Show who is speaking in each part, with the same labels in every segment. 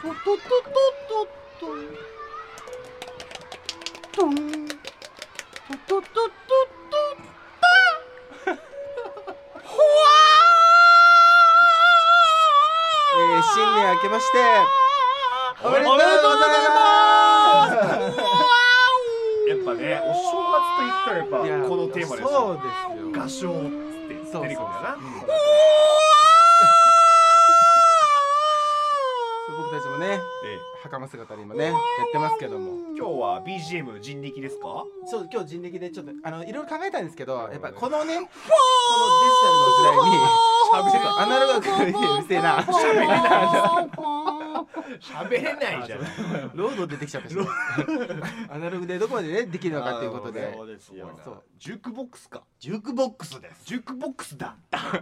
Speaker 1: トトトトトトントントトトトほわ新年明けましておめでとうございます
Speaker 2: やっぱね、お正月と言ったらやっぱこのテーマですよ。
Speaker 1: そうですよ。
Speaker 2: 合唱って出てくるんだよな。
Speaker 1: 僕たちもね、袴姿で今ねやってますけども、
Speaker 2: 今日は BGM 人力ですか？
Speaker 1: そう今日人力でちょっといろいろ考えたんですけど、やっぱこのねこのデジタルの時代にアナログがうるせえな
Speaker 2: 喋れないじゃん。
Speaker 1: ロード出てきちゃったし、アナログでどこまでねできるのかっていうことで、
Speaker 2: そうですよ。
Speaker 1: そう
Speaker 2: ジュークボックスか。
Speaker 3: ジュークボックスです。
Speaker 2: ジュークボックスだ。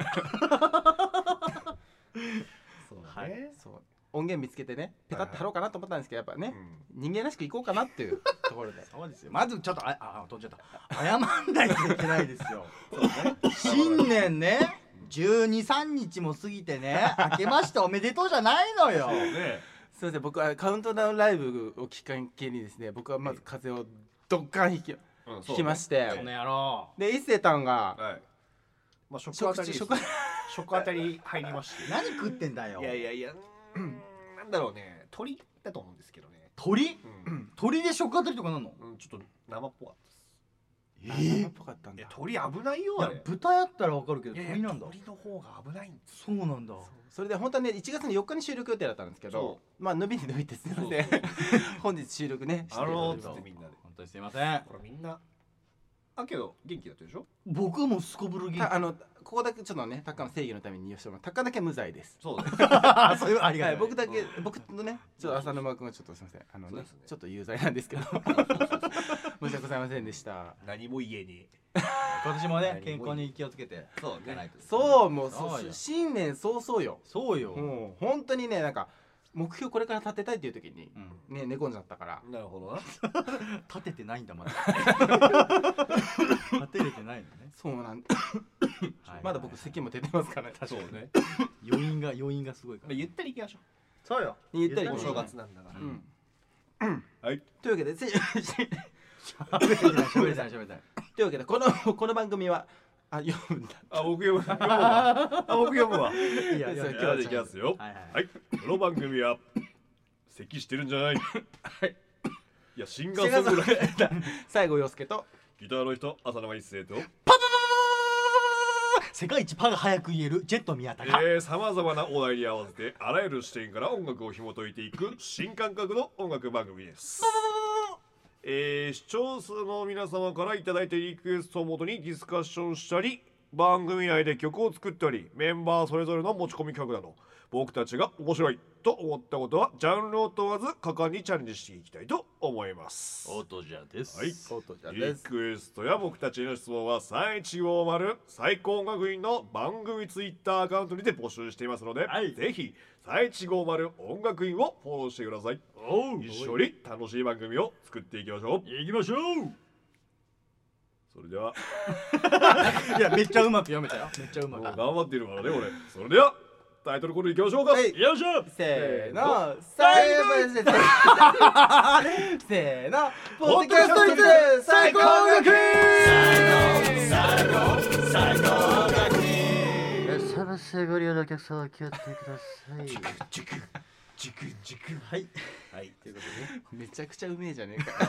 Speaker 1: そうね、そう音源見つけてねペタッと貼ろうかなと思ったんですけど、やっぱね人間らしくいこうかなっていうところで
Speaker 3: そうですよ。まずちょっと飛んじゃった。謝んないといけないですよ。新年ね、12、13日も過ぎてね、明けましておめでとうじゃないのよ。
Speaker 1: すいません、僕はカウントダウンライブをきっかけにですね、僕はまず風邪をドッカン引きまして、
Speaker 3: この野郎。
Speaker 1: で一星たんが
Speaker 2: まあ食当たり食当たり入りまして。
Speaker 3: 何食ってんだよ。
Speaker 2: いやなんだろうね、鳥だと思うんですけどね。
Speaker 3: 鳥？鳥で食当たりとかなんの？
Speaker 2: ちょっと生っぽかったです。
Speaker 1: 生っぽかったんだ。
Speaker 2: 鳥危ないよあれ。
Speaker 3: 豚やったらわかるけど鳥なんだ。
Speaker 2: 鳥の方が危ないんです。
Speaker 3: そうなんだ。
Speaker 1: それで本当はね1月の4日に収録予定だったんですけど、まあ伸びに伸びてすみません。本日収録ねして
Speaker 2: つってみんなで。
Speaker 3: 本当にすいません。
Speaker 2: これみんなけど元気だったでしょ？
Speaker 3: 僕もすこぶる元気。
Speaker 1: ここだけちょっとねタッカーの正義のために言わせてもらう。タッカーだけ無罪です。
Speaker 2: そうです。
Speaker 3: そういうありがたい。
Speaker 1: 僕のねちょっと浅沼君がちょっとすみませんちょっと有罪なんですけど申し訳ございませんでした。
Speaker 2: 何も言えね
Speaker 3: 今年もね健康に気をつけて
Speaker 2: そうね。
Speaker 1: そうもう新年早々よ。
Speaker 3: そうよ。
Speaker 1: もう本当にねなんか目標これから立てたいっていう時にね寝込んじゃったから。
Speaker 2: なるほどな。
Speaker 3: 立ててないんだまだ。立てれてないのね。
Speaker 1: そうなんまだ僕咳も出てますからね。
Speaker 2: そうね。
Speaker 3: 余韻がすごいから。
Speaker 2: ゆったり行きましょう。
Speaker 3: そうよ。
Speaker 1: ゆったり
Speaker 2: お正月なんだから。
Speaker 1: はい。というわけで
Speaker 3: 喋れない。
Speaker 1: というわけでこの番組は読むんだ。
Speaker 2: 僕読むわ。
Speaker 3: いや
Speaker 2: 今日でいきますよ。はい。この番組は咳してるんじゃない。はい。いやシンガーソングライター
Speaker 1: 西郷陽介と
Speaker 2: ギターの人浅沼一生と
Speaker 3: 世界一パが早く言えるジェット宮田が
Speaker 2: さまざまなお題に合わせてあらゆる視点から音楽を紐解いていく新感覚の音楽番組です。視聴数の皆様からいただいたリクエストをもとにディスカッションしたり番組内で曲を作ったりメンバーそれぞれの持ち込み企画など僕たちが面白いと思ったことはジャンルを問わず果敢にチャレンジしていきたいと思います。
Speaker 3: 音じゃです。
Speaker 2: はい、リクエストや僕たちへの質問は3150最高音楽院の番組ツイッターアカウントにて募集していますので、ぜひ3150音楽院をフォローしてください。一緒に楽しい番組を作っていきましょう。それではい
Speaker 3: やめっちゃうまく読めたよ。めっちゃうまく
Speaker 2: 頑張ってるからね俺。それではタイトルコールいきましょうか。よいしょ。
Speaker 1: せーのせーのポッドキャストイズ最高音楽院。
Speaker 3: サブスご利用のお客様気をつけてください。はい
Speaker 1: ということでめちゃくちゃうめえじゃねえか。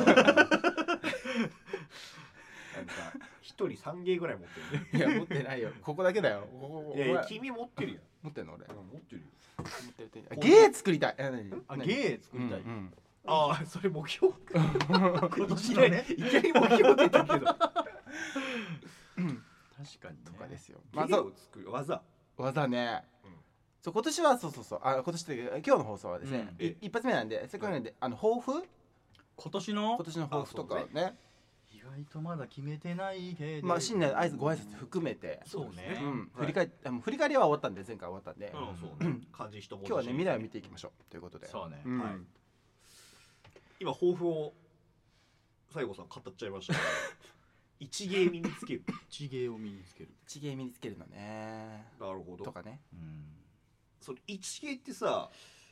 Speaker 2: なんか一人3芸ぐらい持ってるね。
Speaker 1: いや持ってないよ。ここだけだよ。
Speaker 2: いや君持ってるよ。
Speaker 1: 持ってんの俺。
Speaker 2: 持ってるよ。
Speaker 1: ゲー作りたい。
Speaker 3: ゲー作りたい。
Speaker 2: それ目標。今年のね。いきなり目標出たけど。確か
Speaker 3: に
Speaker 1: とかですよ。
Speaker 2: まず
Speaker 1: 技ね。今年はそう今年というか今日の放送はですね一発目なんでせっかくなんで抱負
Speaker 3: 今年の
Speaker 1: 抱負とかね。
Speaker 3: 意外とまだ決めてないけど、
Speaker 1: 新年ご挨拶含めて
Speaker 3: そうね、
Speaker 1: 振り返りは終わったんで前回終わったんで
Speaker 2: 漢字一文字
Speaker 1: 今日はね未来を見ていきましょうということで。
Speaker 3: そうね、
Speaker 2: 今抱負を西郷さん語っちゃいましたけど一芸身につける
Speaker 3: 一芸を身につける
Speaker 1: 一芸身につけるのね。
Speaker 2: なるほど
Speaker 1: とかね。
Speaker 2: それ一芸ってさ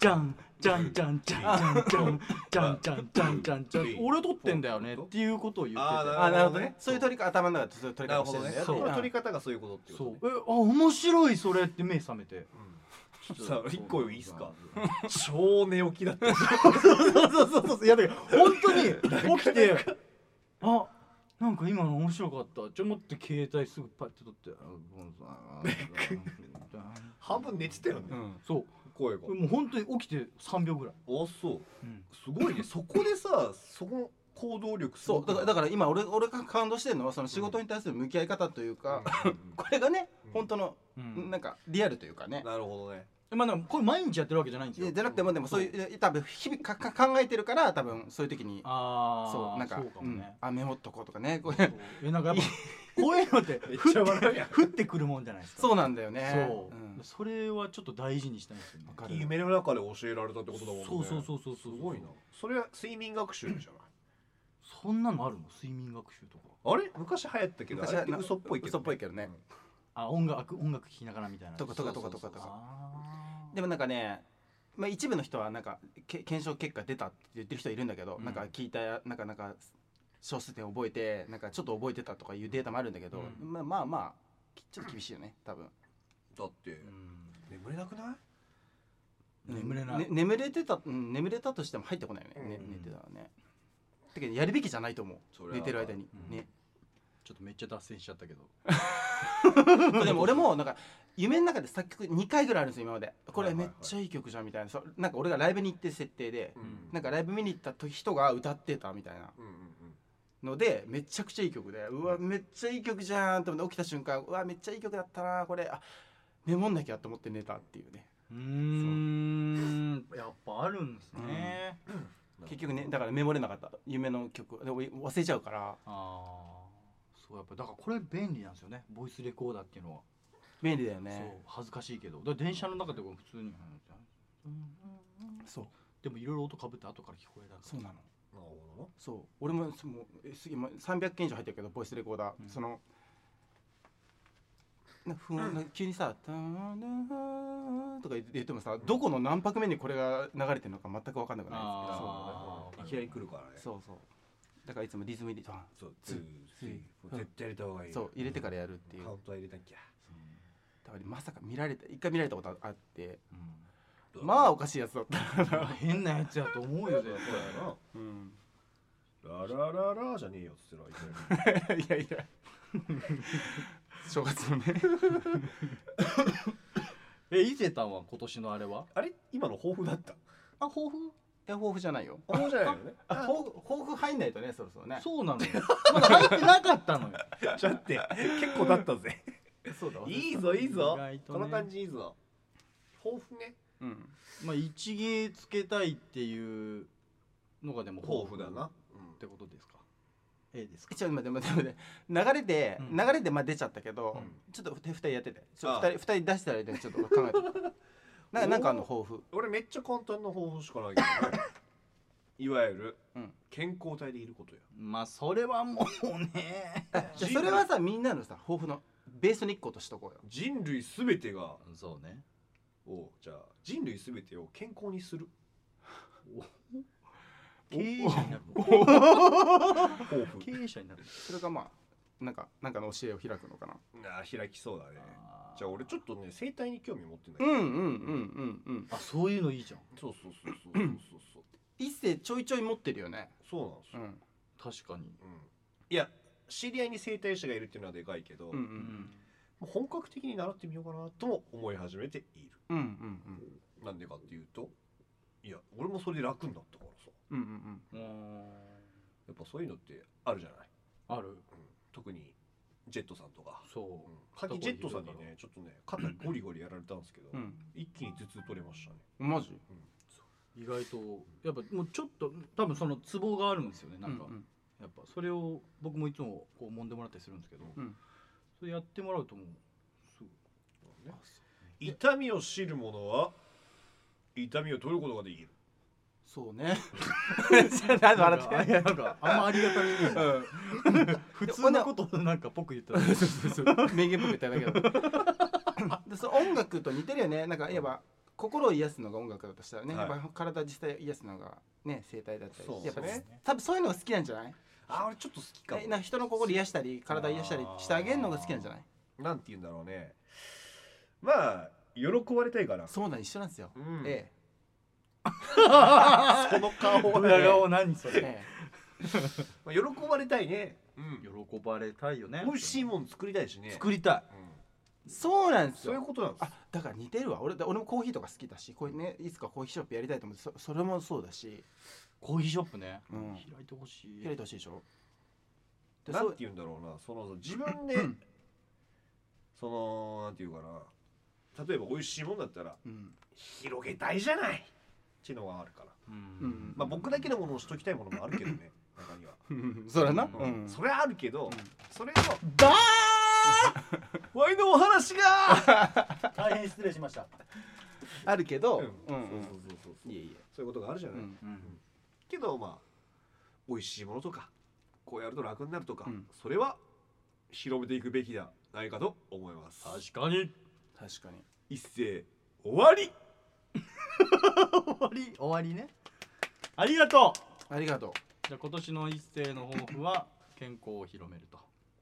Speaker 3: じゃんじゃんじゃんじゃんじゃんじゃんじゃんじゃんじゃんじゃんじゃん俺撮ってんだよねっていうことを言ってて、
Speaker 1: なるほどね。そういう撮り方、頭の中でそういう撮り方してるんだよ。
Speaker 2: そう撮り方がそういうことっていう
Speaker 3: そう
Speaker 2: こと。
Speaker 3: 面白いそれって目覚めて、
Speaker 2: さあ一個いいっすか。超寝起きだった。
Speaker 3: そういやだから本当に起きてなんか今の面白かった。ちょっと待って携帯すぐパッて取って
Speaker 2: 半分寝てたよね。
Speaker 3: そう
Speaker 2: 声が
Speaker 3: もう本当に起きて3秒ぐらい。
Speaker 2: あ、そうすごいね。そこでさ、そこの行動力。
Speaker 1: そうだから今俺が感動してるのはその仕事に対する向き合い方というか、これがね本当のなんかリアルというかね。
Speaker 2: なるほどね。
Speaker 3: まあでもこれ毎日やってるわけじゃないんですよ。
Speaker 1: じゃなくてもでもそういう多分日々考えてるから多分そういう時にそうなんかメモっとこうとかね、こ
Speaker 3: うなんかやっぱこういうのって降ってくるもんじゃないですか。
Speaker 1: そうなんだよね。
Speaker 3: それはちょっと大事にしたいんですよね。
Speaker 2: 夢の中で教えられたってことだもんね。
Speaker 3: そう
Speaker 2: すごいな。それは睡眠学習じゃない。
Speaker 3: そんなのあるの？睡眠学習とか。
Speaker 2: あれ昔流行ったけど、あれって嘘っぽいけどね。
Speaker 3: 音楽聴きながらみたいな。
Speaker 1: とか。でもなんかね、まあ一部の人はなんか検証結果出たって言ってる人いるんだけど、なんか聞いたなんか小数点覚えてなんかちょっと覚えてたとかいうデータもあるんだけど、まあちょっと厳しいよね多分。
Speaker 2: だって眠れなくない？
Speaker 3: 眠れない。
Speaker 1: 眠れたとしても入ってこないよね。寝てたらね。だけどやるべきじゃないと思う。寝てる間にね。
Speaker 3: ちょっとめっちゃ脱線しちゃったけど。
Speaker 1: でも俺もなんか夢の中で作曲2回ぐらいあるんですよ今まで。これめっちゃいい曲じゃんみたいな。なんか俺がライブに行ってる設定で、なんかライブ見に行った人が歌ってたみたいなので、めちゃくちゃいい曲で、うわめっちゃいい曲じゃんと思って起きた瞬間、うわめっちゃいい曲だったなこれ、メモんなきゃと思って寝たっていうね。
Speaker 3: やっぱあるんですね。
Speaker 1: 結局ね、だからメモれなかった夢の曲で忘れちゃうから。
Speaker 3: そうやっぱだからこれ便利なんですよね。ボイスレコーダーっていうのは
Speaker 1: 便利だよね。
Speaker 3: そう恥ずかしいけど、だ電車の中でも普通に
Speaker 1: そう
Speaker 3: でもいろいろ音かぶって後から聞こえた。
Speaker 1: そうなの。そう俺も300件以上入ってるけどボイスレコーダー、その急にさ「ター」とか言ってもさ、どこの何拍目にこれが流れてるのか全く分かんなくないですか。
Speaker 2: いきなり来るからね。
Speaker 1: そうだからいつもリズム入れて
Speaker 2: 絶対入れた方がいい。
Speaker 1: そう入れてからやるっていう。
Speaker 2: カウントは入れたんきゃ。
Speaker 1: だからまさか一回見られたことあって、まあおかしいやつだった。
Speaker 3: 変なやつやと思うよ絶
Speaker 2: 対。ララララじゃねえよっつって
Speaker 1: らいやいや正月のね。
Speaker 3: 伊勢丹は今年のあれは
Speaker 2: あれ今の抱負だった。
Speaker 3: 抱負？
Speaker 1: 抱負じゃないよ。
Speaker 2: 抱負じゃないよね。
Speaker 1: 抱負入んないとね、そろそろね。
Speaker 3: そうなのよ。まだ入ってなかったのよ。
Speaker 2: ちょっと待って、結構だったぜ。
Speaker 1: そうだ。
Speaker 2: いいぞ。この感じいいぞ。抱負ね。
Speaker 3: まあ一芸つけたいっていうのがでも
Speaker 2: 抱負だな。
Speaker 3: ってことですか。ですか。
Speaker 1: ちょっと待って流れでまあ出ちゃったけど、ちょっと2人やってて、2人出したらちょっと考えて。なんか抱負。
Speaker 2: 俺めっちゃ簡単な抱負しかないけどね。いわゆる健康体でいることや。
Speaker 3: まあそれはもうね。
Speaker 1: じゃそれはさ、みんなのさ抱負のベースに1個としとこうよ。
Speaker 2: 人類すべてが
Speaker 3: そうね。
Speaker 2: じゃあ人類すべてを健康にする。
Speaker 3: 経営者になるの。経営者になる。
Speaker 1: それがまあなんかの教えを開くのかな。
Speaker 2: 開きそうだね。じゃあ俺ちょっとね生態に興味持ってんだけど。
Speaker 3: そういうのいいじゃん。
Speaker 2: そう
Speaker 1: 一世ちょいちょい持ってるよね。
Speaker 2: そうなんですよ。
Speaker 3: 確かに。
Speaker 2: いや知り合いに生態師がいるっていうのはでかいけど、本格的に習ってみようかなとも思い始めている。なんでかっていうと、いや俺もそれで楽になったからさ。やっぱそういうのってあるじゃない。
Speaker 3: ある。
Speaker 2: 特にジェットさんとか。
Speaker 3: そう。
Speaker 2: さっきジェットさんにねちょっとね肩ゴリゴリやられたんですけど、一気に頭痛取れましたね。
Speaker 1: マジ？
Speaker 3: 意外とやっぱもうちょっと多分そのツボがあるんですよね。なんかやっぱそれを僕もいつもこう揉んでもらったりするんですけど、それやってもらうともうすぐ。
Speaker 2: 痛みを知る者は痛みを取ることができる。
Speaker 1: そうね。なんで笑って。
Speaker 3: なんかあんまありがたみに普通のことなんかぽく言ったら
Speaker 1: 名言っぽく言っただけど。その音楽と似てるよね。なんかいわば心を癒すのが音楽だとしたらね、
Speaker 2: はい
Speaker 1: やっぱ体実際癒すのがね声帯だったり、
Speaker 2: そう
Speaker 1: やっぱ
Speaker 2: ですね
Speaker 1: 多分そういうのが好きなんじゃない？
Speaker 2: 俺ちょっと好きかも。
Speaker 1: なんか人の心癒したり体癒したりしてあげるのが好きなんじゃない？
Speaker 2: なんて言うんだろうね。まあ喜ばれたいから。
Speaker 1: そうなん一緒なんですよ。
Speaker 2: うん
Speaker 1: え
Speaker 2: その顔
Speaker 3: ドヤ顔何それ。
Speaker 1: え
Speaker 2: まあ喜ばれたいね。
Speaker 3: 喜ばれたいよね。
Speaker 2: 美味しいもん作りたいしね。
Speaker 3: 作りたい。
Speaker 1: そうなんです
Speaker 2: そうい
Speaker 1: よ。
Speaker 2: うことなんです。
Speaker 1: だから似てるわ。俺もコーヒーとか好きだし、これねいつかコーヒーショップやりたいと思って、それもそうだし、
Speaker 3: コーヒーショップね。
Speaker 1: うん
Speaker 3: 開いてほしい。
Speaker 1: 開いてほしいでしょ。で
Speaker 2: なんて言うんだろうな、その自分でそのなんていうかな、例えば美味しいもんだったら
Speaker 1: うん
Speaker 2: 広げたいじゃないっていうのがあるから。
Speaker 1: うん
Speaker 2: まあ僕だけのものをしときたいものもあるけどね、中には。
Speaker 1: それな。
Speaker 2: それはあるけど、それを
Speaker 3: だ
Speaker 2: ワイのお話が
Speaker 3: ー大変失礼しました。
Speaker 1: あるけど、
Speaker 2: そうそう
Speaker 1: いえいえ。
Speaker 2: そういうことがあるじゃない。けどまあ美味しいものとかこうやると楽になるとか、それは広めていくべきではないかと思います。
Speaker 3: 確かに。
Speaker 1: 確かに。
Speaker 2: 一斉終わり。
Speaker 3: 終わりね。ありがとう。
Speaker 1: ありがとう。
Speaker 3: じゃあ今年の一世の抱負は健康を広めると。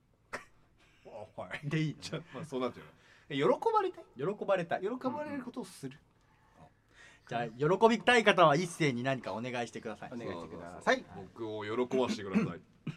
Speaker 2: はい。
Speaker 3: でいい。
Speaker 2: じゃあまあそうなっちゃう。喜ばれたい。
Speaker 3: 喜ばれたい。
Speaker 2: 喜ばれることをする。
Speaker 3: じゃあ喜びたい方は一世に何かお願いしてください。
Speaker 1: お願いしてください。
Speaker 2: 僕を喜ばしてください。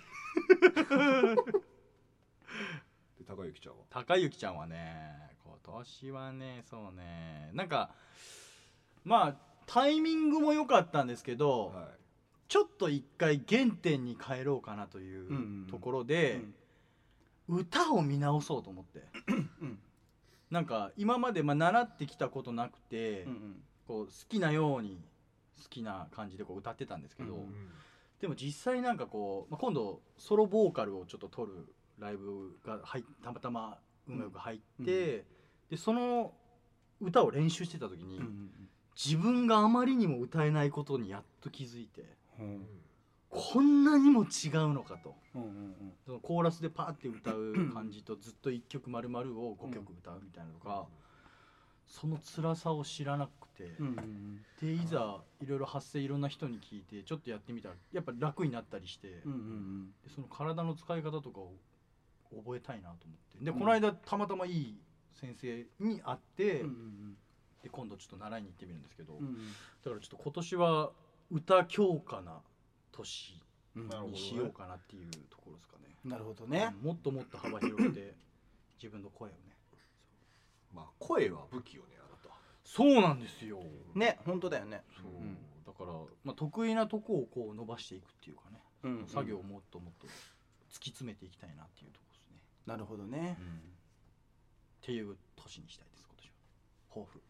Speaker 2: で高幸ちゃんは。
Speaker 3: 高幸ちゃんはね、今年はね、そうね、なんかまあタイミングも良かったんですけど、
Speaker 2: はい。
Speaker 3: ちょっと一回原点に帰ろうかなというところで、歌を見直そうと思って、なんか今まで習ってきたことなくて、こう好きなように好きな感じでこう歌ってたんですけど、でも実際なんかこう、今度ソロボーカルをちょっと撮るライブがたまたま運がよく入って、でその歌を練習してた時に、自分があまりにも歌えないことにやっと気づいて、こんなにも違うのかと、そのコーラスでパーって歌う感じとずっと1曲丸々を5曲歌うみたいなのが、その辛さを知らなくて、でいざいろいろ発声いろんな人に聞いてちょっとやってみたらやっぱ楽になったりして、でその体の使い方とかを覚えたいなと思って、でこの間たまたまいい先生に会って、で今度ちょっと習いに行ってみるんですけど、だからちょっと今年は歌強化な年にしようかなっていうところですかね。
Speaker 1: なるほどね。
Speaker 3: もっともっと幅広げて自分の声をね。
Speaker 2: まあ声は武器よね、あなた。
Speaker 3: そうなんですよ。
Speaker 1: ね、本当だよね。
Speaker 3: そう、だから得意なとこをこう伸ばしていくっていうかね、作業をもっともっと突き詰めていきたいなっていうところですね。
Speaker 1: なるほどね。
Speaker 3: っていう年にしたいです今年は。抱負。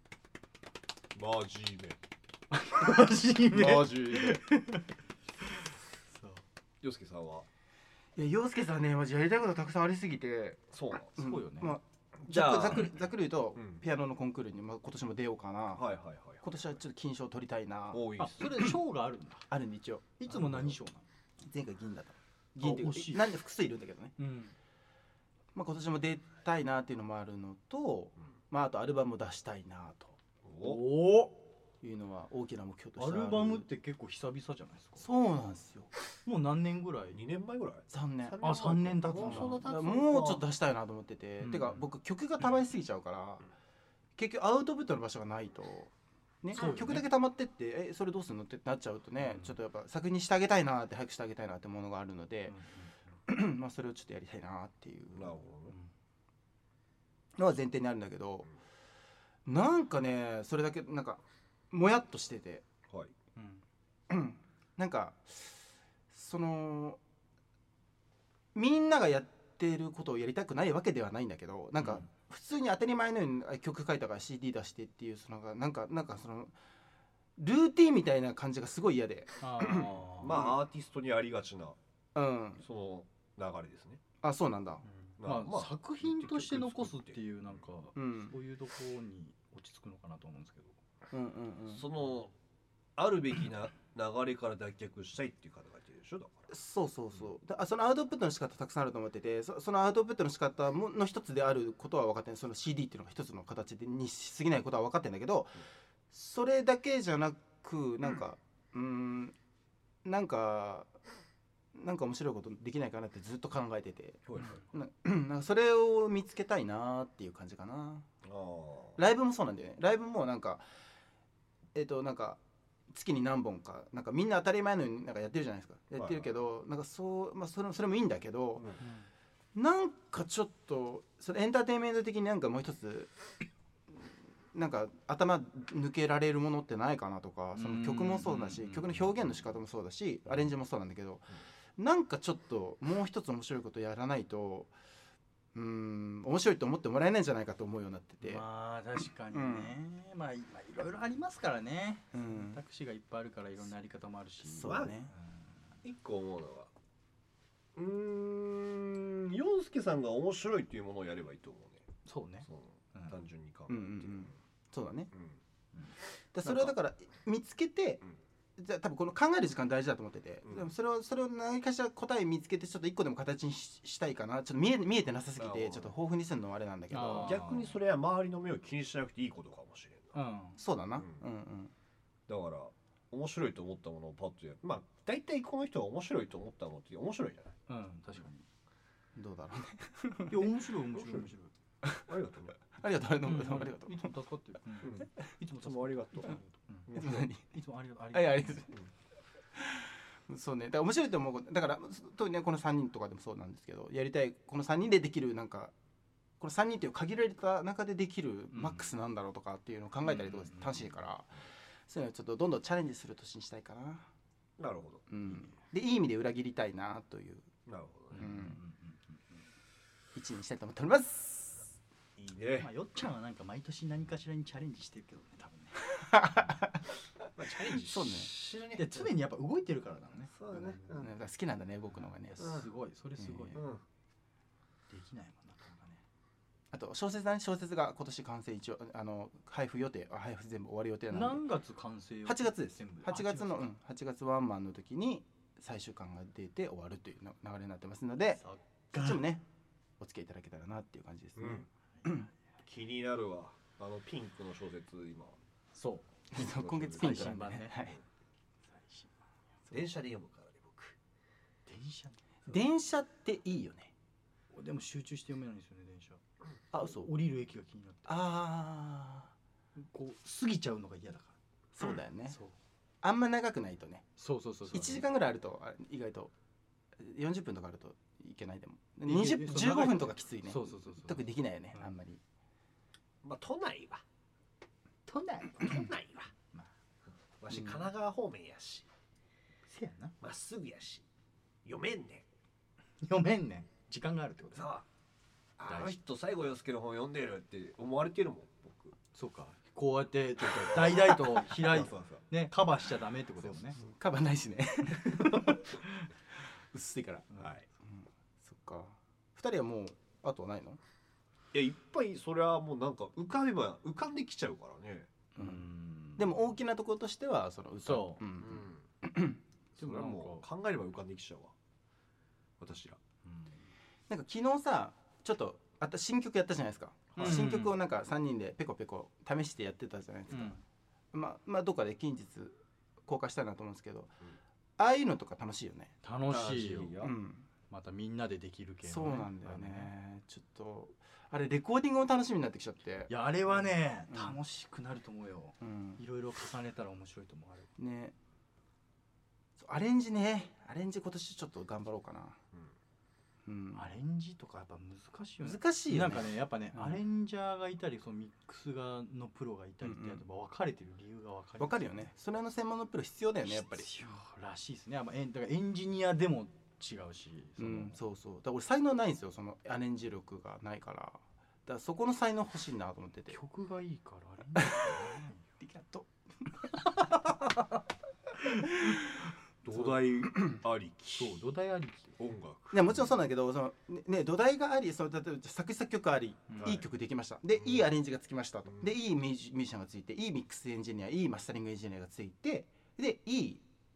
Speaker 2: 真面目。
Speaker 1: マジで。
Speaker 3: そう。
Speaker 2: 洋介さんは。
Speaker 1: いや、洋介さんね、マジやりたいことたくさんありすぎて。
Speaker 2: そうなんです。
Speaker 3: そうよね。
Speaker 1: まあ、
Speaker 2: じゃあ
Speaker 1: ざっくり言うと、ピアノのコンクールに今年も出ようかな。
Speaker 2: はいはいはい。
Speaker 1: 今年はちょっと金賞取りたいな。
Speaker 2: 多い。
Speaker 3: あ、それ賞があるんだ。
Speaker 1: あるんで一応。
Speaker 3: いつも何賞なの？
Speaker 1: 前回銀だった。銀っていう
Speaker 3: 惜しい
Speaker 1: なんで複数いるんだけどね。
Speaker 3: うん。
Speaker 1: まあ今年も出たいなっていうのもあるのと、まああとアルバムを出したいな
Speaker 3: おお。
Speaker 1: というのは大きな目標と
Speaker 3: ア
Speaker 1: してある。
Speaker 3: ルバムって結構久々じゃないですか。
Speaker 1: そうなんですよ。
Speaker 3: もう何年ぐらい
Speaker 2: 2年前ぐらい。
Speaker 1: 3年。
Speaker 3: あ、3年経つんだ。
Speaker 1: もうちょっと出したいなと思ってて、てか僕曲が溜まりすぎちゃうから、結局アウトプットの場所がないと、ね、曲だけ溜まってってそれどうするのってなっちゃうとね、ちょっとやっぱ作品にしてあげたいなって、早くしてあげたいなってものがあるので、まあそれをちょっとやりたいなっていう
Speaker 2: なるほ
Speaker 1: のは前提にあるんだけど、なんかねそれだけなんかもやっとしてて、
Speaker 2: ど。はい。
Speaker 1: なんかそのみんながやってることをやりたくないわけではないんだけど、なんか普通に当たり前のように曲書いたから CD 出してっていうそのなんかそのルーティンみたいな感じがすごい嫌で、
Speaker 2: まあアーティストにありがちな
Speaker 1: うん
Speaker 2: その流れですね。
Speaker 1: あ、そうなんだ。
Speaker 3: まあ作品として残すっていうなんか
Speaker 1: うん
Speaker 3: そういうところに落ち着くのかなと思うんですけど。
Speaker 2: そのあるべきな流れから脱却したいっていう方がいてるでしょ。だから
Speaker 1: そうそうそう。そのアウトプットの仕方たくさんあると思ってて、そのアウトプットの仕方の一つであることは分かってる。その CD っていうのが一つの形にしすぎないことは分かってるんだけど、それだけじゃなくなんかなんか面白いことできないかなってずっと考えてて、なんかそれを見つけたいなっていう感じかな。ライブもそうなんだよね。ライブもなんかなんか月に何本かなんかみんな当たり前のようになんかやってるじゃないですか。やってるけど、なんかそれもいいんだけど、なんかちょっとそれエンターテインメント的になんかもう一つなんか頭抜けられるものってないかなとか、その曲もそうだし、曲の表現の仕方もそうだし、アレンジもそうなんだけど、なんかちょっともう一つ面白いことやらないと面白いと思ってもらえないんじゃないかと思うようになってて。
Speaker 3: まあ確かにね、まあいろいろありますからね、選択肢がいっぱいあるからいろんなやり方もあるし。
Speaker 1: そうだね。
Speaker 2: 一個思うのは洋介さんが面白いっていうものをやればいいと思うね。
Speaker 3: そうね、
Speaker 2: 単純に考えて、
Speaker 1: そうだね。それをだから見つけて、じゃあ多分この考える時間大事だと思ってて、でもそれを何かしら答え見つけてちょっと一個でも形にしたいかな。ちょっと見えてなさすぎてちょっと豊富にするのはあれなんだけど、
Speaker 2: 逆にそれは周りの目を気にしなくていいことかもしれんな。
Speaker 1: そうだな。
Speaker 2: だから面白いと思ったものをパッとやる。まあ大体この人が面白いと思ったものって面白いじゃない。
Speaker 3: 確かに。
Speaker 1: どうだろうね。
Speaker 3: いや面白い。
Speaker 2: ありがとうね。
Speaker 1: ありがとう。ありがとう。
Speaker 3: いつも助かってる。いつも
Speaker 2: ありがとう。
Speaker 3: いつもありがとう。
Speaker 1: ありがとう。そうね。だから面白いと思う。だから特にねこの3人とかでもそうなんですけど、やりたいこの3人でできるなんかこの3人っていう限られた中でできるマックスなんだろうとかっていうのを考えたりとか楽しいから、そういうのをちょっとどんどんチャレンジする年にしたいかな。
Speaker 2: なるほど。
Speaker 1: でいい意味で裏切りたいなという。
Speaker 2: なるほどね。
Speaker 1: 一にしたいと思っております。
Speaker 2: いいね。
Speaker 3: まあよっちゃんはなんか毎年何かしらにチャレンジしてるけどね、多分ね。
Speaker 2: まあチャレンジ
Speaker 1: そうね。
Speaker 3: で常にやっぱ動いてるからだね。
Speaker 2: そうだね。
Speaker 1: 好きなんだね僕のがね。
Speaker 3: すごい、それすごい。できないもんなかなかね。
Speaker 1: あと小説が今年完成一応配布全部終わる予定なんで。
Speaker 3: 何月完成予定？
Speaker 1: 8月です。8月ワンマンの時に最終巻が出て終わるという流れになってますので、そっちもねお付き合いいただけたらなっていう感じですね。
Speaker 2: 気になるわ。ピンクの小説今。
Speaker 3: そう。
Speaker 1: 今月ピンク
Speaker 3: 最新版ね。
Speaker 2: 電車で読むからね僕。
Speaker 1: 電車っていいよね。
Speaker 3: でも集中して読めないんですよね電車。
Speaker 1: そう。
Speaker 3: 降りる駅が気になって。こう過ぎちゃうのが嫌だから。
Speaker 1: そうだよね。あんま長くないとね。
Speaker 3: そう。
Speaker 1: 1時間ぐらいあると意外と40分とかあるといけないでも。15分とかきついね。
Speaker 3: そう。
Speaker 1: 特にできないよねあんまり。
Speaker 2: まあ都内は。わし神奈川方面やし。
Speaker 3: せやな。
Speaker 2: まっすぐやし。読めんね
Speaker 3: ん。時間があるってこと。
Speaker 2: さあの人西郷陽介の本読んでるって思われてるもん僕。
Speaker 3: そうか。こうやってちょっと大々と開いてねカバーしちゃダメってことですね。
Speaker 1: カバーないしね。薄いから。
Speaker 2: はい。
Speaker 1: そっか。2人はもうあとはないの？
Speaker 2: いやいっぱいそれはもうなんか浮かんできちゃうからね。
Speaker 1: でも大きなところとしてはその歌。
Speaker 3: そう。
Speaker 2: でももう考えれば浮かんできちゃうわ。私ら。
Speaker 1: なんか昨日さちょっと新曲やったじゃないですか。新曲をなんか3人でペコペコ試してやってたじゃないですか。まあどっかで近日公開したいなと思うんですけど、ああいうのとか楽しいよね。
Speaker 3: 楽しいよ。
Speaker 1: うん
Speaker 3: またみんなでできる系のね。
Speaker 1: そうなんだよね。ちょっとあれレコーディングも楽しみになってきちゃって。
Speaker 3: いやあれはね楽しくなると思うよ。
Speaker 1: うん
Speaker 3: いろいろ重ねたら面白いと思うあれ。
Speaker 1: ね。アレンジ今年ちょっと頑張ろうかな。
Speaker 3: アレンジとかやっぱ難しいよね。
Speaker 1: 難しいよね。
Speaker 3: なんかねやっぱねアレンジャーがいたりそのミックスのプロがいたりってやっぱ分かれてる理由が分かるよね。
Speaker 1: それの専門のプロ必要だよねやっぱり。
Speaker 3: 必要らしいですね。だからエンジニアでも違うし。
Speaker 1: そう。だから俺才能ないんですよそのアレンジ力がないから。だからそこの才能欲しいなと思ってて。
Speaker 3: 曲がいいからアレンジがないよ。
Speaker 1: ありがとう。
Speaker 2: 土台ありき。
Speaker 3: そう土台ありき。
Speaker 2: 音楽。
Speaker 1: いやもちろんそうなんだけど土台があり例えば作曲あり、いい曲できました。でいいアレンジがつきましたと。でいいミュージシャンがついていいミックスエンジニアいいマスタリングエンジニアがついてでいい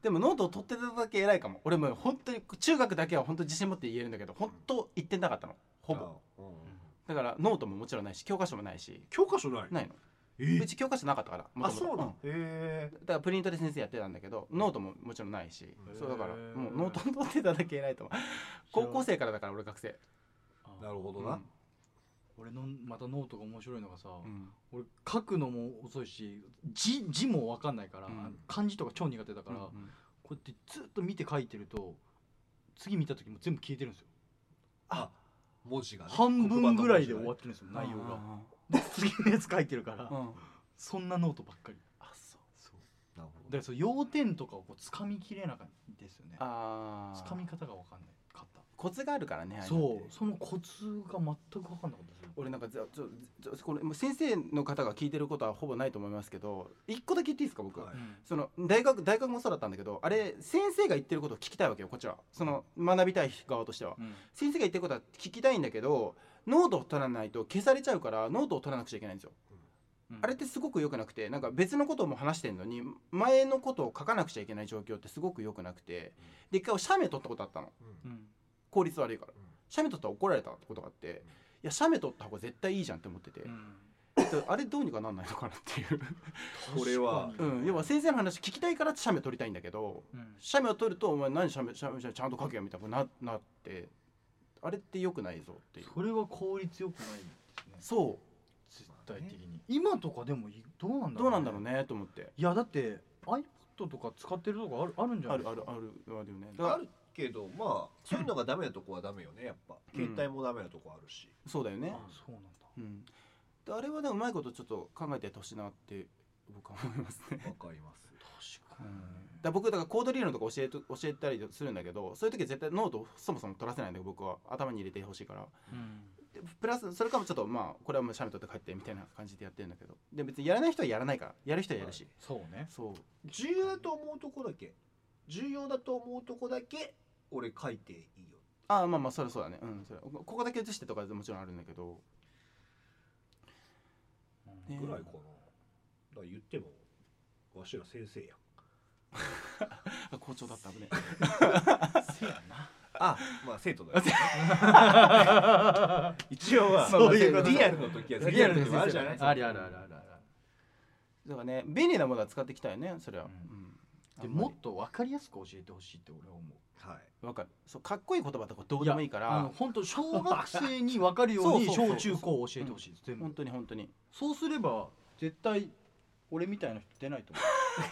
Speaker 1: でもノートを取ってただけ偉いかも。俺も本当に中学だけは本当自信持って言えるんだけど、本当言ってなかったのほぼ。だからノートももちろんないし教科書もないし。
Speaker 2: 教科書ない
Speaker 1: の。うち教科書なかったから。
Speaker 2: あ、そうなの。
Speaker 1: だからプリントで先生やってたんだけど、ノートももちろんないし、そうだからもうノート取ってただけ偉いと思う。高校生からだから俺学生。
Speaker 2: なるほどな。
Speaker 3: 俺のまたノートが面白いのがさ、俺書くのも遅いし字も分かんないから、漢字とか超苦手だから、こうやってずっと見て書いてると次見た時も全部消えてるんですよ。
Speaker 2: 文字がね
Speaker 3: 半分ぐらいで終わってるんですよ、内容が。次のやつ書いてるから、そんなノートばっかり。
Speaker 2: なるほど。
Speaker 3: だからそう要点とかをこう掴みきれなかったですよね。掴み方が分かんないかった。
Speaker 1: コツがあるからね。
Speaker 3: そうそのコツが全く分かんなかったです。
Speaker 1: 俺なんかこれ先生の方が聞いてることはほぼないと思いますけど、一個だけ言っていいですか僕。その大学もそうだったんだけど、あれ先生が言ってることを聞きたいわけよこっちは。その学びたい側としては、先生が言ってることは聞きたいんだけど、ノートを取らないと消されちゃうからノートを取らなくちゃいけないんですよ。あれってすごく良くなくて、なんか別のことも話してんのに前のことを書かなくちゃいけない状況ってすごく良くなくて、で一回写メ取ったことあったの。効率悪いから。写メ取ったら怒られたことがあって、いや写メ取った方が絶対いいじゃんって思ってて、あれどうにかなんないのかなっていう。
Speaker 2: これは
Speaker 1: 要は先生の話聞きたいから写メ取りたいんだけど、写メを取るとお前何写メちゃんと書けよみたいななって、あれって良くないぞっていう。
Speaker 3: それは効率良くないですね。
Speaker 1: そう
Speaker 3: 絶対的に。今とかでもどうなん
Speaker 1: だろうねと思って。
Speaker 3: いやだって iPad とか使ってるとこあるんじゃないですか。
Speaker 1: あるよね。
Speaker 2: あるけど、まあそういうのがダメなとこはダメよねやっぱ。携帯もダメなとこあるし。
Speaker 1: そうだよね。
Speaker 3: そうなん
Speaker 1: だ。あれはねうまいことちょっと考えてやってほしいなって僕は思いますね。
Speaker 2: わかります。
Speaker 3: 確かに。
Speaker 1: 僕だからコード理論とか教えたりするんだけど、そういう時は絶対ノートをそもそも取らせないんだけど、僕は頭に入れてほしいから。プラスそれかもちょっとまあこれはもう写メ取って帰ってみたいな感じでやってるんだけど、で別にやらない人はやらないから、やる人はやるし。
Speaker 3: そうね。
Speaker 1: そう
Speaker 2: 重要だと思うとこだけ俺書いていいよ。
Speaker 1: まあそれそうだね。それここだけ写してとかもちろんあるんだけど、
Speaker 2: ぐらいかな。だから言ってもわしら先生やん。
Speaker 1: 校長だった危ね。
Speaker 3: せやな。
Speaker 2: まあ生徒だよ。一応は
Speaker 3: そういうこと。
Speaker 2: リアルの時はリアルの時もあるじゃない。
Speaker 3: ある。だ
Speaker 1: からね便利なものは使っていきたいねそれは。
Speaker 3: でもっと分かりやすく教えてほしいって俺は思う。
Speaker 2: はい。
Speaker 1: わかる。そうかっこいい言葉とかどうでもいいから。
Speaker 3: 本当小学生に分かるように小中高教えてほしいです。全部。
Speaker 1: 本当に。
Speaker 3: そうすれば絶対俺みたいな人出ないと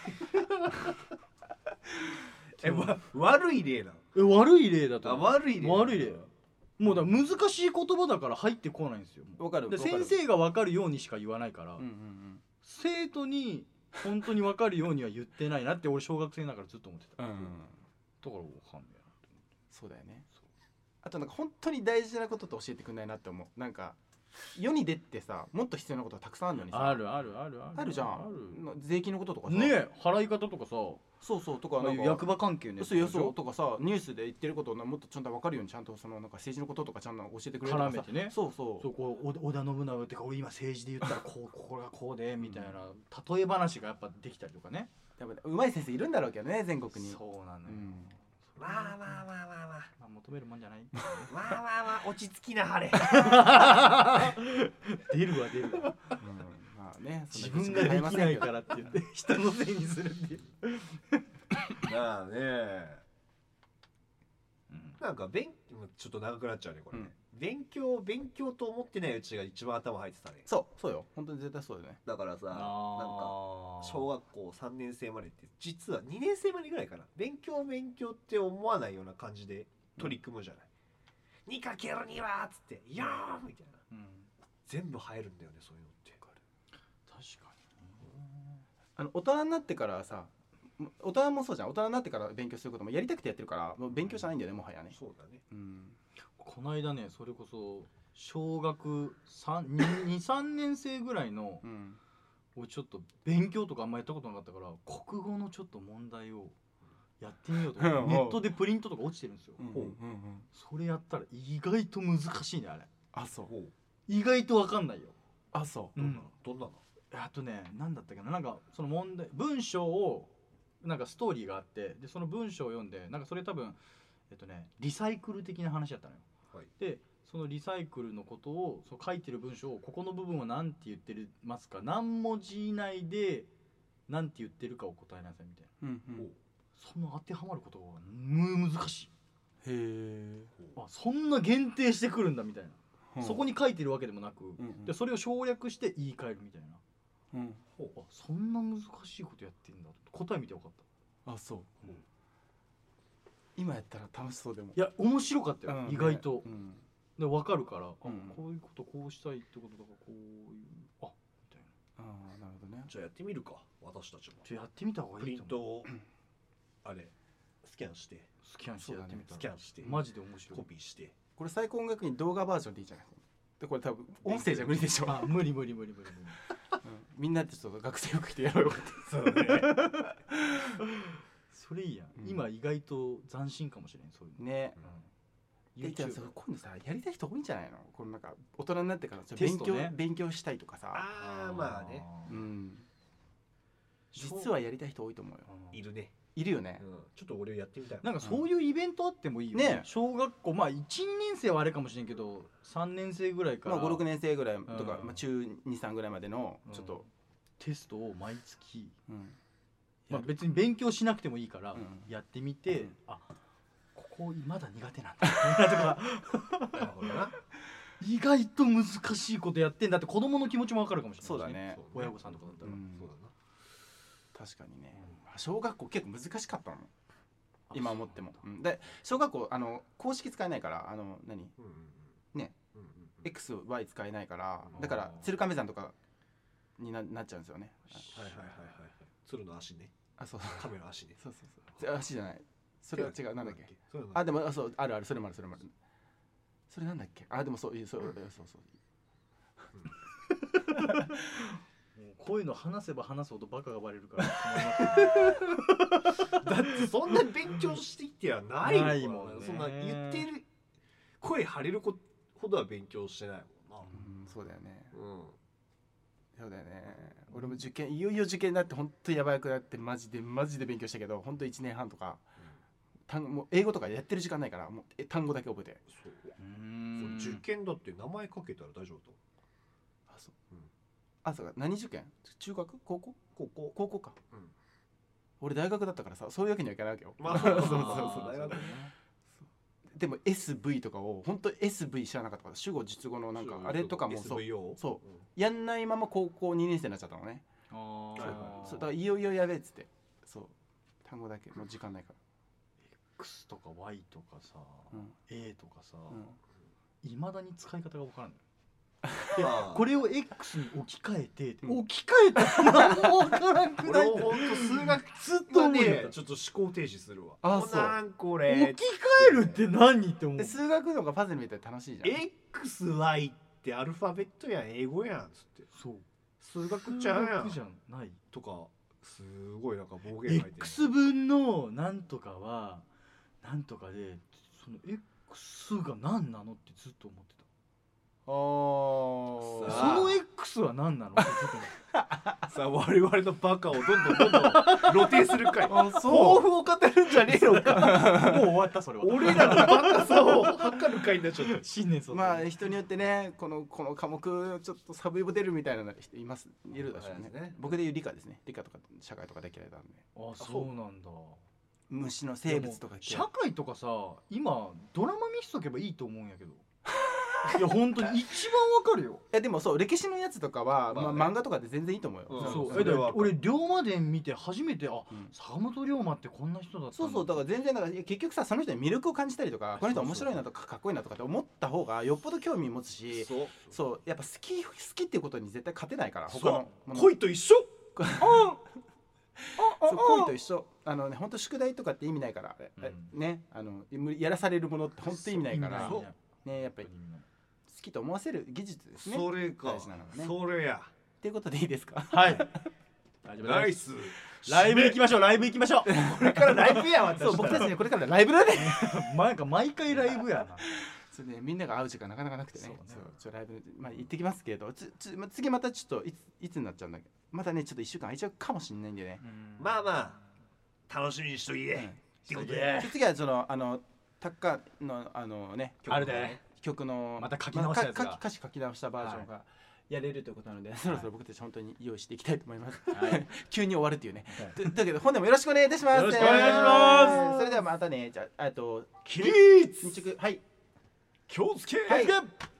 Speaker 3: 思う。
Speaker 2: 悪い例なの。
Speaker 3: 悪い例だと。
Speaker 2: 悪い例。
Speaker 3: もうだ難しい言葉だから入ってこないんですよ。
Speaker 1: わかる。
Speaker 3: 先生が分かるようにしか言わないから、生徒に本当に分かるようには言ってないなって俺小学生だからずっと思ってた。だから分かんないなって思って。
Speaker 1: そうだよね。あとなんか本当に大事なことと教えてくんないなって思う。なんか世に出てさもっと必要なことがたくさんあるのにさ。あるじゃん。税金のこととかさ。
Speaker 3: ね払い方とかさ。
Speaker 1: そうとかなんか
Speaker 3: 役場関係ね。
Speaker 1: そうとかさニュースで言ってることをもっとちゃんと分かるようにちゃんとそのなんか政治のこととかちゃんと教えてくれるとかさ。
Speaker 3: 絡めてね。
Speaker 1: そう
Speaker 3: こう織田信長ってか俺今政治で言ったらこれがこうでみたいな例え話がやっぱできたりとかね。
Speaker 1: やっぱうまい先生いるんだろうけどね全国に。
Speaker 3: そうなのよ。
Speaker 2: まあ
Speaker 3: 求めるもんじゃない。
Speaker 2: まあ落ち着きなはれ。
Speaker 3: 出るわ。
Speaker 1: まあね
Speaker 3: 自分ができないからって言って人のせいにするっていう。
Speaker 2: まあね。なんかちょっと長くなっちゃうねこれ。勉強と思ってないうちが一番頭入ってたね。
Speaker 1: そうよ本当に絶対そうよね。
Speaker 2: だからさなんか小学校3年生までって実は2年生までぐらいかな、勉強って思わないような感じで取り組むじゃない。2×2 はっつって「いやー」みたいな、全部入るんだよねそういうのって。
Speaker 3: 確か
Speaker 1: に大人になってからさ、大人もそうじゃん。大人になってから勉強することもやりたくてやってるからもう勉強じゃないんだよねもはやね。
Speaker 2: そうだね。
Speaker 3: この間ねそれこそ小学2,3年生ぐらいの、俺ちょっと勉強とかあんまやったことなかったから国語のちょっと問題をやってみようとネットでプリントとか落ちてるんですよ。それやったら意外と難しいねあれ。意外と分かんないよ。
Speaker 1: どんなの？
Speaker 3: あとね何だったっけな、なんかその問題文章をなんかストーリーがあって、でその文章を読んで、なんかそれ多分リサイクル的な話だったのよ。
Speaker 2: はい、
Speaker 3: でそのリサイクルのことをそう書いてる文章を、ここの部分は何て言ってますか、何文字以内で何て言ってるかを答えなさいみたいな、その当てはまることが難しい。へえ。あ、そんな限定してくるんだみたいな、そこに書いてるわけでもなく、でそれを省略して言い換えるみたいな、あ、そんな難しいことやってんだと答え見て分かった。
Speaker 1: あ、そう、今やったら楽しそう。でも
Speaker 3: いや面白かったよ、意外と、で分かるから、こういうことこうしたいってことだから、こういうみたいな。
Speaker 1: なるほどね。
Speaker 2: じゃあやってみるか、私たちも。
Speaker 3: やってみた方がいいと思う。
Speaker 2: プリントをあれスキャンしてやってみた。スキャンして
Speaker 3: マジで面白い。
Speaker 2: コピーして。
Speaker 1: これ最高音楽に動画バージョンでいいじゃないで、これ多分音声じゃ無理でしょ。
Speaker 3: 無理
Speaker 1: みんなでちょっと学生服着てやろうよって。
Speaker 2: そうね。
Speaker 3: それいいやん。今意外と斬新かもしれん、そういうの
Speaker 1: ね。今度さ、やりたい人多いんじゃないの？このなんか大人になってから勉強したいとかさ。
Speaker 2: まあね。
Speaker 1: 実はやりたい人多いと思うよ。
Speaker 2: いるね。
Speaker 1: いるよね。
Speaker 2: ちょっと俺やってみたい。
Speaker 3: なんかそういうイベントあってもいいよね。小学校、まあ1、2年生はあれかもしれんけど、3年生ぐらいから、
Speaker 1: 5、6年生ぐらいとか、中2、3ぐらいまでのちょっと
Speaker 3: テストを毎月、別に勉強しなくてもいいからやってみて、ここまだ苦手なんだとか、意外と難しいことやってんだって子供の気持ちも分かるかもしれない。
Speaker 1: そうだね。
Speaker 3: 親御さんとかだったら。
Speaker 1: 確かにね。小学校結構難しかったの。今思っても。で小学校公式使えないから何ね XY 使えないから、だから鶴亀山とかになっちゃうんですよね。
Speaker 2: 鶴の足ね。
Speaker 1: あ、そう。
Speaker 2: 亀の足ね。
Speaker 1: そう足じゃない。それは違う。なんだっけ。あ、でもそうあるそれもある。それなんだっけ。あ、でもそう。
Speaker 3: こういうの話せば話すほどバカがバレるから。
Speaker 2: だってそんな勉強してきてはないもんね。そんな言ってる声張れるほどは勉強してないもんな。
Speaker 1: そうだよね。そうだよね。俺も受験いよいよ受験になって本当やばくなって、マジで勉強したけど、本当1年半とかもう英語とかやってる時間ないから、もう単語だけ覚えて。
Speaker 2: 受験だって名前かけたら大丈夫と。
Speaker 1: そうか。何受験？中学？高校か。俺大学だったからさ、そういうわけにはいかないわけよ。そうでも SV とかを本当 SV 知らなかったから、主語述語のなんかあれとかもそうやんないまま高校2年生になっちゃったのね。そうだからいよいよやべえっつって、そう単語だけもう時間ないから。
Speaker 3: X とか Y とかさ、A とかさ、いまだに使い方が分からない。これを X に置き換えて、置き換えたら何も分からんくない。
Speaker 2: 俺もほんと数学
Speaker 3: ずっと
Speaker 2: ね、ちょっと思考停止するわ。なんこれ
Speaker 3: 置き換えるって何って思う。
Speaker 1: 数学とかパズルみたいで楽しいじゃん。
Speaker 2: XY ってアルファベットやん、英語やんっつって。
Speaker 3: そう、
Speaker 2: 数学ちゃうやん。
Speaker 3: 数学じゃない
Speaker 2: とかすごいなんか暴言書いてる。
Speaker 3: X 分のなんとかはなんとかで、その X が何なのってずっと思ってた。その X は何なのってずっと思ってた。
Speaker 2: さあ我々のバカをどんどん露呈するかい。抱負を語るんじゃねえのか。
Speaker 3: もう終わった。それは
Speaker 2: 俺らのバカさを測るかいになっちゃった。
Speaker 3: 新年早々。
Speaker 1: まあ人によってね、この科目ちょっとサブイボ出るみたいな人いるでしょうね。僕でいう理科ですね。理科とか社会とかで嫌いなんで。
Speaker 3: そうなんだ。
Speaker 1: 虫の生物とか
Speaker 3: 社会とかさ、今ドラマ見しとけばいいと思うんやけど。いや本当に一番わかるよ。
Speaker 1: でもそう歴史のやつとかは漫画とかで全然いいと思うよ。
Speaker 3: 俺龍馬伝見て初めて、坂本龍馬ってこんな人だったんだ。
Speaker 1: そうだから全然結局さ、その人に魅力を感じたりとか、この人面白いなとかかっこいいなとかって思った方がよっぽど興味持つし、そうやっぱ好きっていうことに絶対勝てないから。他の
Speaker 2: 恋と一緒。
Speaker 1: 恋と一緒。本当宿題とかって意味ないからね。やらされるものって本当意味ないからね。やっぱり好きと思わせる技術ですね。
Speaker 2: それか。
Speaker 1: 大事なのはね。
Speaker 2: それや。
Speaker 1: っていうことでいいですか。
Speaker 3: はい。
Speaker 2: ナイス。
Speaker 3: ライブ行きましょう。これからライブやわ。
Speaker 1: そう、僕たちねこれからライブだね。
Speaker 3: なんか毎回ライブやな。
Speaker 1: それでみんなが会う時間なかなかなくてね。そうライブ行ってきますけど、次またちょっといつになっちゃうんだっけ。またねちょっと1週間空いちゃうかもしれないんでね。
Speaker 2: まあ楽しみにしといてってことで、
Speaker 1: 次はそのタッカのね
Speaker 3: あるで
Speaker 1: 曲の
Speaker 3: また書き直したやつが
Speaker 1: 歌詞書き直したバージョンがやれるということなので、そろそろ僕たち本当に用意していきたいと思います。急に終わるっていうね。というわけで本年もよろしくお願いいたします。
Speaker 3: よろしくお願いします。
Speaker 1: それではまたね。じゃあ
Speaker 2: 起立
Speaker 1: 日直はい
Speaker 2: 気をつけ、
Speaker 1: はい